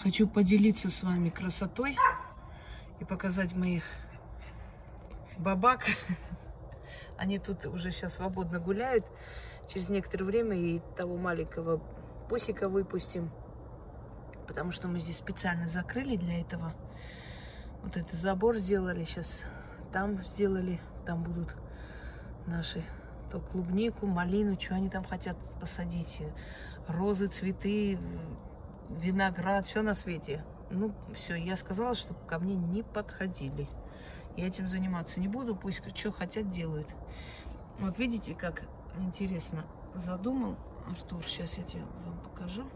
Хочу поделиться с вами красотой и показать моих бабак. Они тут уже сейчас свободно гуляют. Через некоторое время и того маленького пусика выпустим. Потому что мы здесь специально закрыли для этого. Вот этот забор сделали. Сейчас там сделали. Там будут наши то клубнику, малину. Что они там хотят посадить. Розы, цветы, виноград. Все на свете. Ну, все. Я сказала, чтобы ко мне не подходили. Я этим заниматься не буду. Пусть что хотят, делают. Вот видите, как интересно задумал Артур. Сейчас я тебе вам покажу.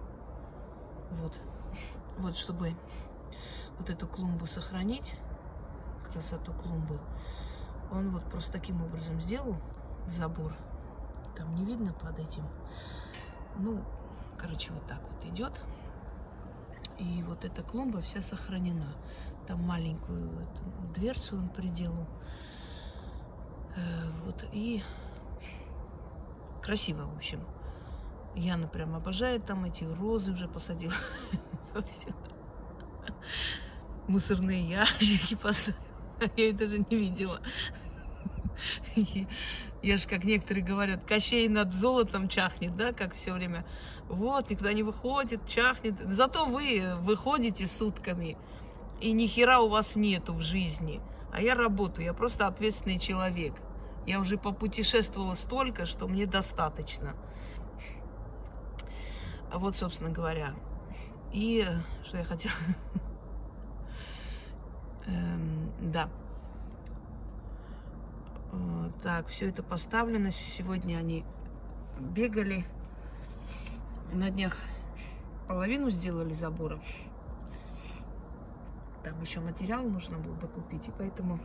Вот, чтобы вот эту клумбу сохранить, красоту клумбы, он вот просто таким образом сделал забор. Там не видно под этим. Ну, короче, вот так вот идет. И вот эта клумба вся сохранена. Там маленькую дверцу он приделал. Вот, и красиво, в общем. Яна прям обожает, там эти розы уже посадила. Мусорные ящики поставила. Я это даже не видела. Я же, как некоторые говорят, Кощей над золотом чахнет, да, как все время. Вот, никуда не выходит, чахнет. Зато вы выходите сутками, и ни хера у вас нету в жизни. А я работаю, я просто ответственный человек. Я уже попутешествовала столько, что мне достаточно. Вот, собственно говоря. И что я хотела? Да. Так, все это поставлено. Сегодня они бегали. На днях половину сделали забора. Там еще материал нужно было докупить, и поэтому...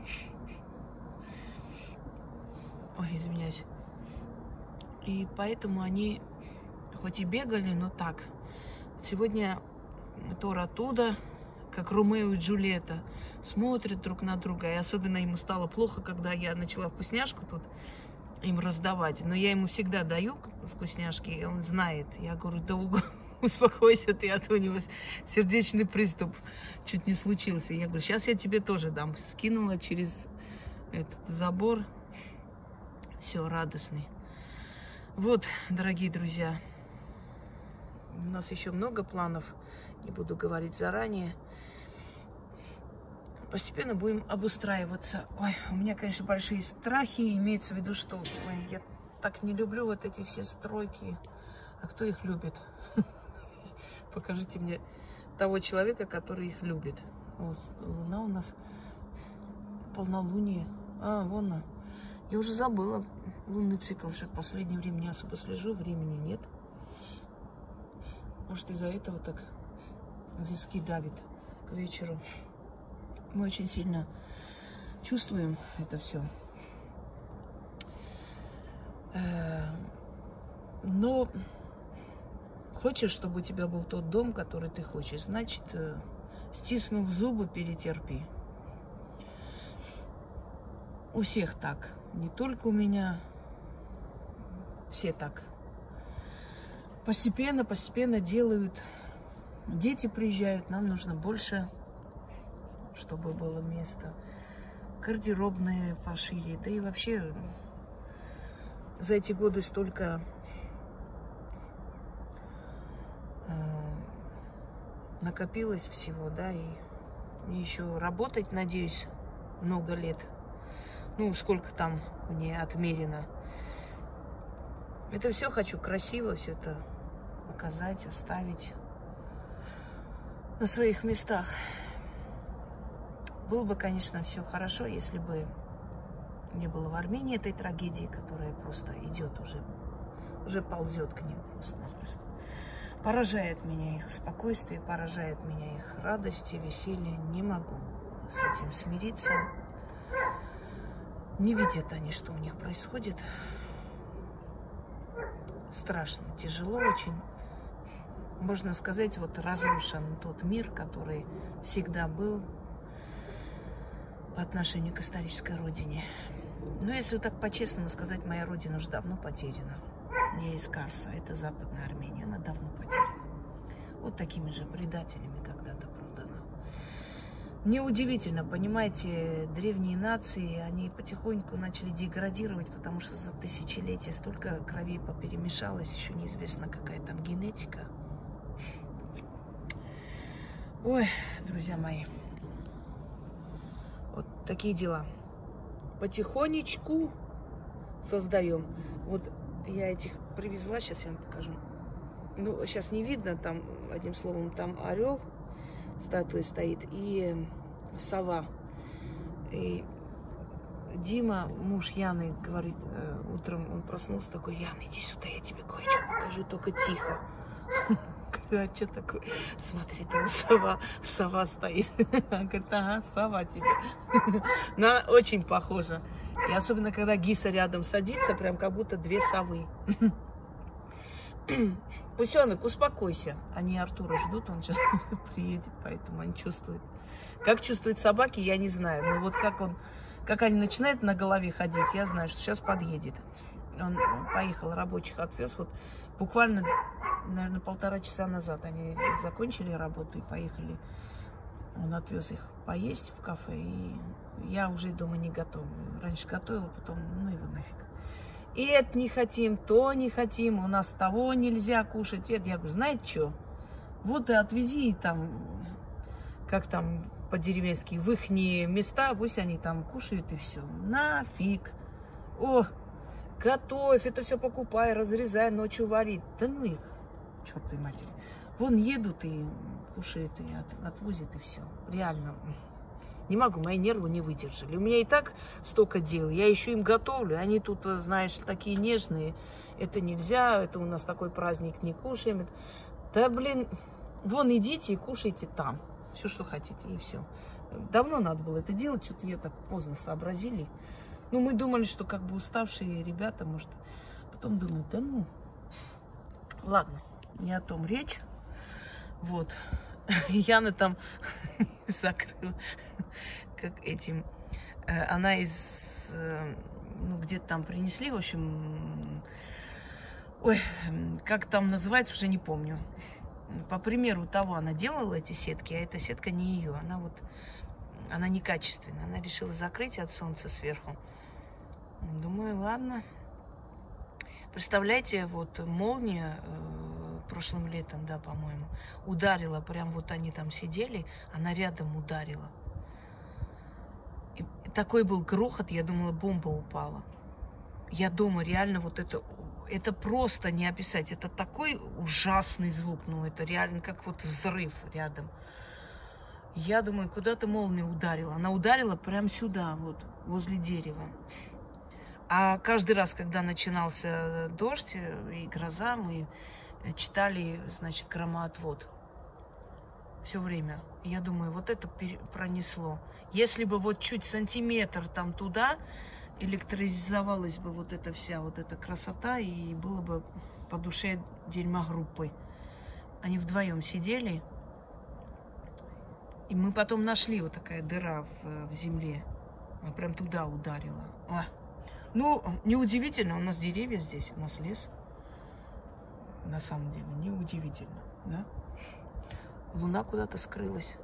Ой, извиняюсь. И поэтому они хоть и бегали, но так. Сегодня Тор оттуда, как Ромео и Джульетта, смотрят друг на друга. И особенно ему стало плохо, когда я начала вкусняшку тут им раздавать. Но я ему всегда даю вкусняшки, и он знает. Я говорю, да успокойся ты, а то у него сердечный приступ чуть не случился. Я говорю, сейчас я тебе тоже дам. Скинула через этот забор. Все, радостный. Вот, дорогие друзья, у нас еще много планов, не буду говорить заранее. Постепенно будем обустраиваться. Ой, у меня, конечно, большие страхи, имеется в виду, что я так не люблю вот эти все стройки. А кто их любит? Покажите мне того человека, который их любит. Вот, луна у нас, полнолуние. А, вон она. Я уже забыла лунный цикл, что в последнее время не особо слежу, времени нет. Может, из-за этого так виски давит к вечеру. Мы очень сильно чувствуем это все. Но хочешь, чтобы у тебя был тот дом, который ты хочешь, значит, стиснув зубы, перетерпи. У всех так. Не только у меня. Все так. Постепенно делают. Дети приезжают, нам нужно больше, чтобы было место. Гардеробные пошире. Да и вообще за эти годы столько накопилось всего, да, и еще работать, надеюсь, много лет. Ну, сколько там мне отмерено. Это все хочу красиво, все это показать, оставить на своих местах. Было бы, конечно, все хорошо, если бы не было в Армении этой трагедии, которая просто идет уже ползет к ним просто-напросто. Поражает меня их спокойствие, поражает меня их радость и веселье. Не могу с этим смириться. Не видят они, что у них происходит. Страшно, тяжело очень. Можно сказать, вот разрушен тот мир, который всегда был по отношению к исторической родине. Но если так по-честному сказать, моя родина уже давно потеряна. Не из Карса, это Западная Армения, она давно потеряна. Вот вот такими же предателями когда-то продана. Неудивительно, понимаете, древние нации, они потихоньку начали деградировать, потому что за тысячелетия столько крови поперемешалось, еще неизвестно, какая там генетика. Ой, друзья мои, вот такие дела. Потихонечку создаем. Вот я этих привезла, сейчас я вам покажу. Ну, сейчас не видно, там, одним словом, там орел, статуя стоит, и сова. И Дима, муж Яны, говорит, утром он проснулся такой: Яна, иди сюда, я тебе кое-что покажу, только тихо. А что такое? Смотри, там сова стоит. Он говорит: ага, сова тебе. Она очень похожа. И особенно, когда Гиса рядом садится, прям как будто две совы. Пусенок, успокойся. Они Артура ждут, он сейчас приедет, поэтому они чувствуют. Как чувствуют собаки, я не знаю. Но вот как они начинают на голове ходить, я знаю, что сейчас подъедет. Он поехал, рабочих отвез. Вот буквально, наверное, 1,5 часа назад они закончили работу и поехали. Он отвез их поесть в кафе, и я уже дома не готовлю. Раньше готовила, потом, ну его нафиг. И это не хотим, то не хотим, у нас того нельзя кушать. Это я говорю: знаете что, вот и отвези там, как там по-деревенски, в их места, пусть они там кушают и все. Нафиг. О, готовь, это все покупай, разрезай, ночью варить. Да ну их, чёртой матери. Вон едут и кушают, и отвозят, и все. Реально. Не могу, мои нервы не выдержали. У меня и так столько дел, я еще им готовлю. Они тут, знаешь, такие нежные. Это нельзя, это у нас такой праздник, не кушаем. Да блин, вон идите и кушайте там. Все, что хотите, и все. Давно надо было это делать, что-то я так поздно сообразили. Ну, мы думали, что как бы уставшие ребята, может. Потом думаю, да ну. Ладно, не о том речь. Вот. Яна там закрыла, как этим. Она ну, где-то там принесли, в общем. Ой, как там называется, уже не помню. По примеру того, она делала эти сетки, а эта сетка не ее. Она некачественная. Она решила закрыть от солнца сверху. Думаю, ладно. Представляете, вот молния прошлым летом, да, по-моему, ударила. Прям вот они там сидели, она рядом ударила. И такой был грохот, я думала, бомба упала. Я дома реально вот это просто не описать. Это такой ужасный звук. Ну, это реально как вот взрыв рядом. Я думаю, куда-то молния ударила. Она ударила прямо сюда, вот, возле дерева. А каждый раз, когда начинался дождь и гроза, мы читали, значит, громоотвод. Все время. Я думаю, вот это пронесло. Если бы вот чуть сантиметр там туда, электризовалась бы вот эта вся вот эта красота, и было бы по душе дерьма группой. Они вдвоем сидели, и мы потом нашли вот такая дыра в земле. Она прям туда ударила. Ну, неудивительно, у нас деревья здесь, у нас лес. На самом деле, неудивительно, да? Луна куда-то скрылась.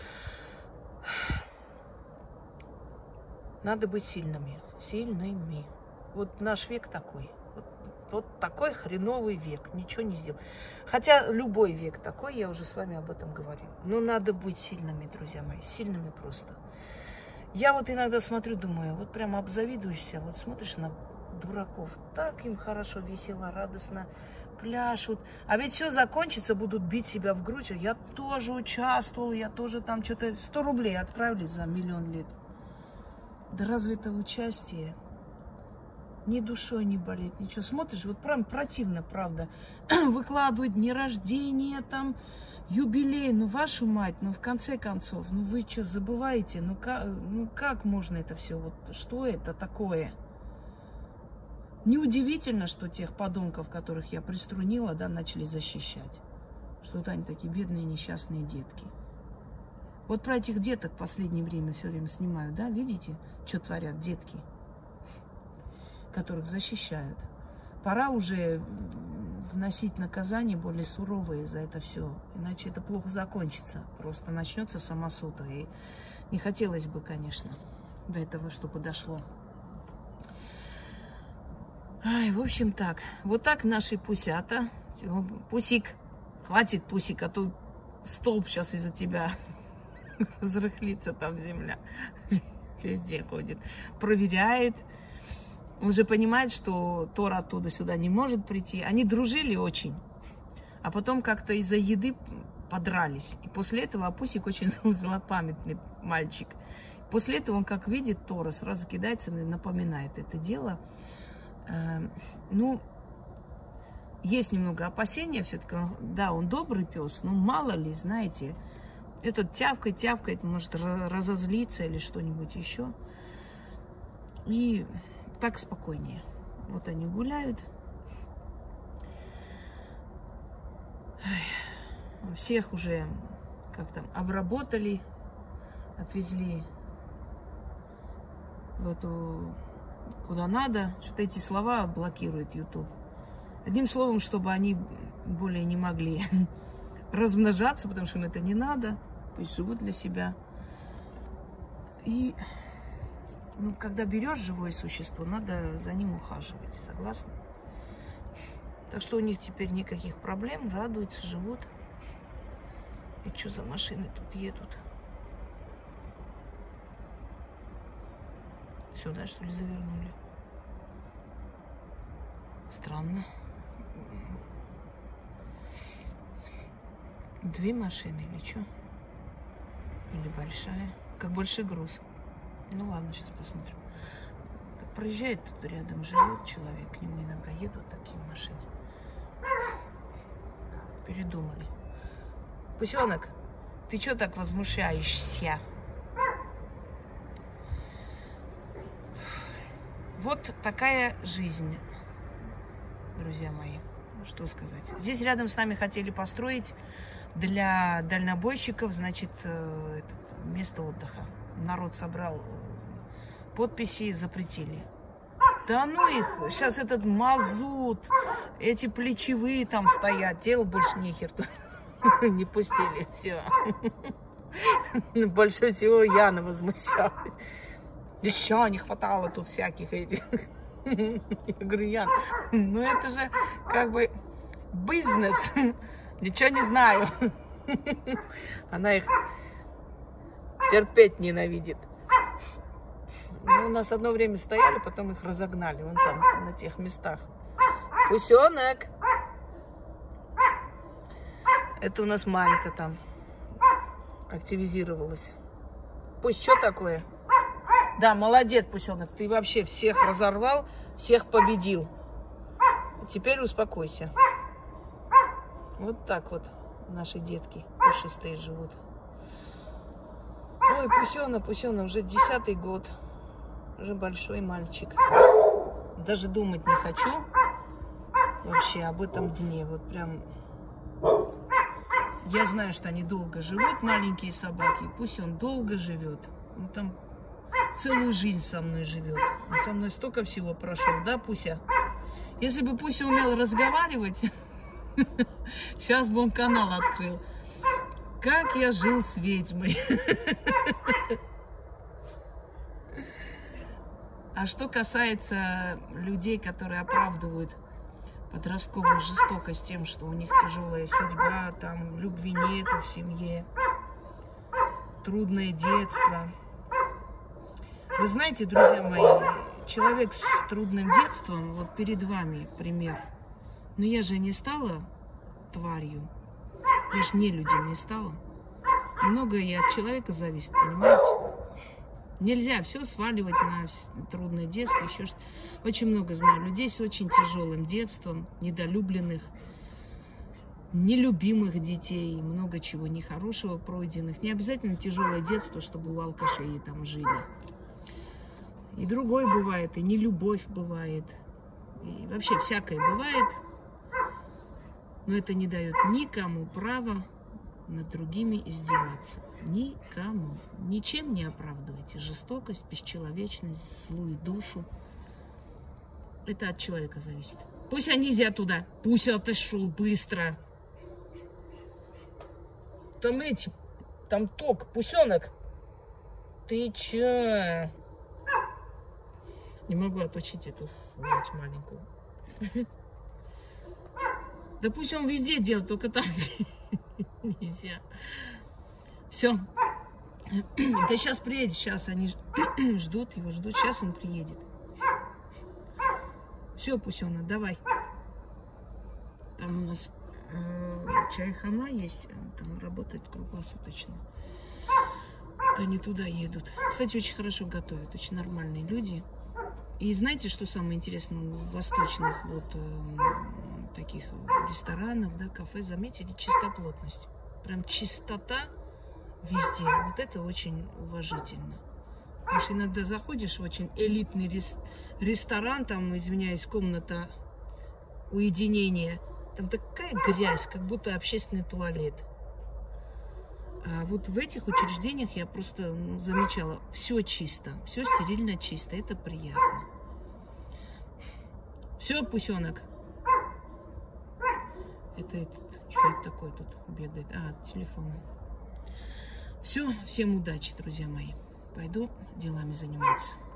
Надо быть сильными. Сильными. Вот наш век такой. Вот такой хреновый век. Ничего не сделал. Хотя любой век такой, я уже с вами об этом говорила. Но надо быть сильными, друзья мои. Сильными просто. Я вот иногда смотрю, думаю, вот прям обзавидуешься. Вот смотришь на дураков. Так им хорошо, весело, радостно пляшут. А ведь все закончится, будут бить себя в грудь. Я тоже участвовал, я тоже там что-то... 100 рублей отправили за 1 000 000 лет. Да разве это участие? Ни душой не болит, ничего. Смотришь, вот прям противно, правда. Выкладывают дни рождения, там, юбилей. Ну, вашу мать, ну, в конце концов, ну, вы что, забываете? Ну, как можно это все? Вот что это такое? Неудивительно, что тех подонков, которых я приструнила, да, начали защищать. Что вот они такие бедные, несчастные детки. Вот про этих деток в последнее время все время снимаю, да, видите, что творят детки, которых защищают. Пора уже вносить наказания более суровые за это все. Иначе это плохо закончится. Просто начнется самосуд. И не хотелось бы, конечно, до этого, чтобы дошло. Ай, в общем, так. Вот так наши пусята. Пусик, хватит, Пусик, а то столб сейчас из-за тебя разрыхлится, там земля. Везде ходит. Проверяет. Он же понимает, что Тора оттуда сюда не может прийти. Они дружили очень. А потом как-то из-за еды подрались. И после этого Пусик очень злопамятный мальчик. После этого он, как видит Тора, сразу кидается и напоминает это дело. Ну, есть немного опасения все-таки. Да, он добрый пес, но мало ли, знаете, этот тявкает, может разозлиться или что-нибудь еще. И так спокойнее. Вот они гуляют. Всех уже как-то обработали, отвезли в эту, куда надо. Что-то эти слова блокирует YouTube. Одним словом, чтобы они более не могли размножаться, потому что им это не надо. Пусть живут для себя. И ну, когда берешь живое существо, надо за ним ухаживать. Согласны? Так что у них теперь никаких проблем, радуются, живут. И что за машины тут едут? Сюда, что ли, завернули? Странно. 2 машины или что? Или большая? Как большой груз. Ну ладно, сейчас посмотрим. Так проезжает тут рядом, живет человек, к нему иногда едут такие машины. Передумали. Пусенок, ты что так возмущаешься? Вот такая жизнь, друзья мои. Что сказать. Здесь рядом с нами хотели построить для дальнобойщиков, значит, место отдыха. Народ собрал подписи, запретили. Да ну их, сейчас этот мазут, эти плечевые там стоят, делал больше нехер. Не пустили, все. Больше всего Яна возмущалась. Еще не хватало тут всяких этих. Я говорю, Ян, ну это же как бы бизнес. Ничего не знаю. Она их терпеть ненавидит. Ну, у нас одно время стояли, потом их разогнали. Вон там, на тех местах. Пусенок. Это у нас Манька там активизировалась. Пусть что такое? Да, молодец, Пусенок. Ты вообще всех разорвал, всех победил. Теперь успокойся. Вот так вот наши детки пушистые живут. Ой, Пусенок, уже 10-й год. Уже большой мальчик. Даже думать не хочу вообще об этом дне. Вот прям... Я знаю, что они долго живут, маленькие собаки. Пусть он долго живет. Он там целую жизнь со мной живет. Он со мной столько всего прошел, да, Пуся? Если бы Пуся умел разговаривать, сейчас бы он канал открыл. Как я жил с ведьмой. А что касается людей, которые оправдывают подростковую жестокость тем, что у них тяжелая судьба, там любви нету в семье, трудное детство. Вы знаете, друзья мои, человек с трудным детством, вот перед вами пример. Но я же не стала тварью, я же нелюдем не стала. Многое и от человека зависит, понимаете? Нельзя все сваливать на трудное детство, еще что-то. Очень много знаю людей с очень тяжелым детством, недолюбленных, нелюбимых детей, много чего нехорошего пройденных. Не обязательно тяжелое детство, чтобы у алкашей там жили. И другое бывает, и нелюбовь бывает, и вообще всякое бывает. Но это не дает никому права над другими издеваться. Никому. Ничем не оправдывайте жестокость, бесчеловечность, злую душу. Это от человека зависит. Пуся, нельзя туда. Пуся отошел быстро. Там ток, Пусенок. Ты чё? Не могу отучить эту сволочь маленькую. Да пусть он везде делает, только там нельзя. Все. Да сейчас приедет, сейчас они ждут его, ждут. Сейчас он приедет. Все, Пусенок, давай. Там у нас чайхана есть, там работает круглосуточно. Они туда едут. Кстати, очень хорошо готовят, очень нормальные люди. И знаете, что самое интересное в восточных вот таких ресторанах, да, кафе, заметили чистоплотность. Прям чистота везде. Вот это очень уважительно. Потому что иногда заходишь в очень элитный ресторан, там, извиняюсь, комната уединения, там такая грязь, как будто общественный туалет. А вот в этих учреждениях я просто замечала, все чисто, все стерильно чисто, это приятно. Все, Пусенок. Это что это такое тут бегает? А, телефон. Все, всем удачи, друзья мои. Пойду делами заниматься.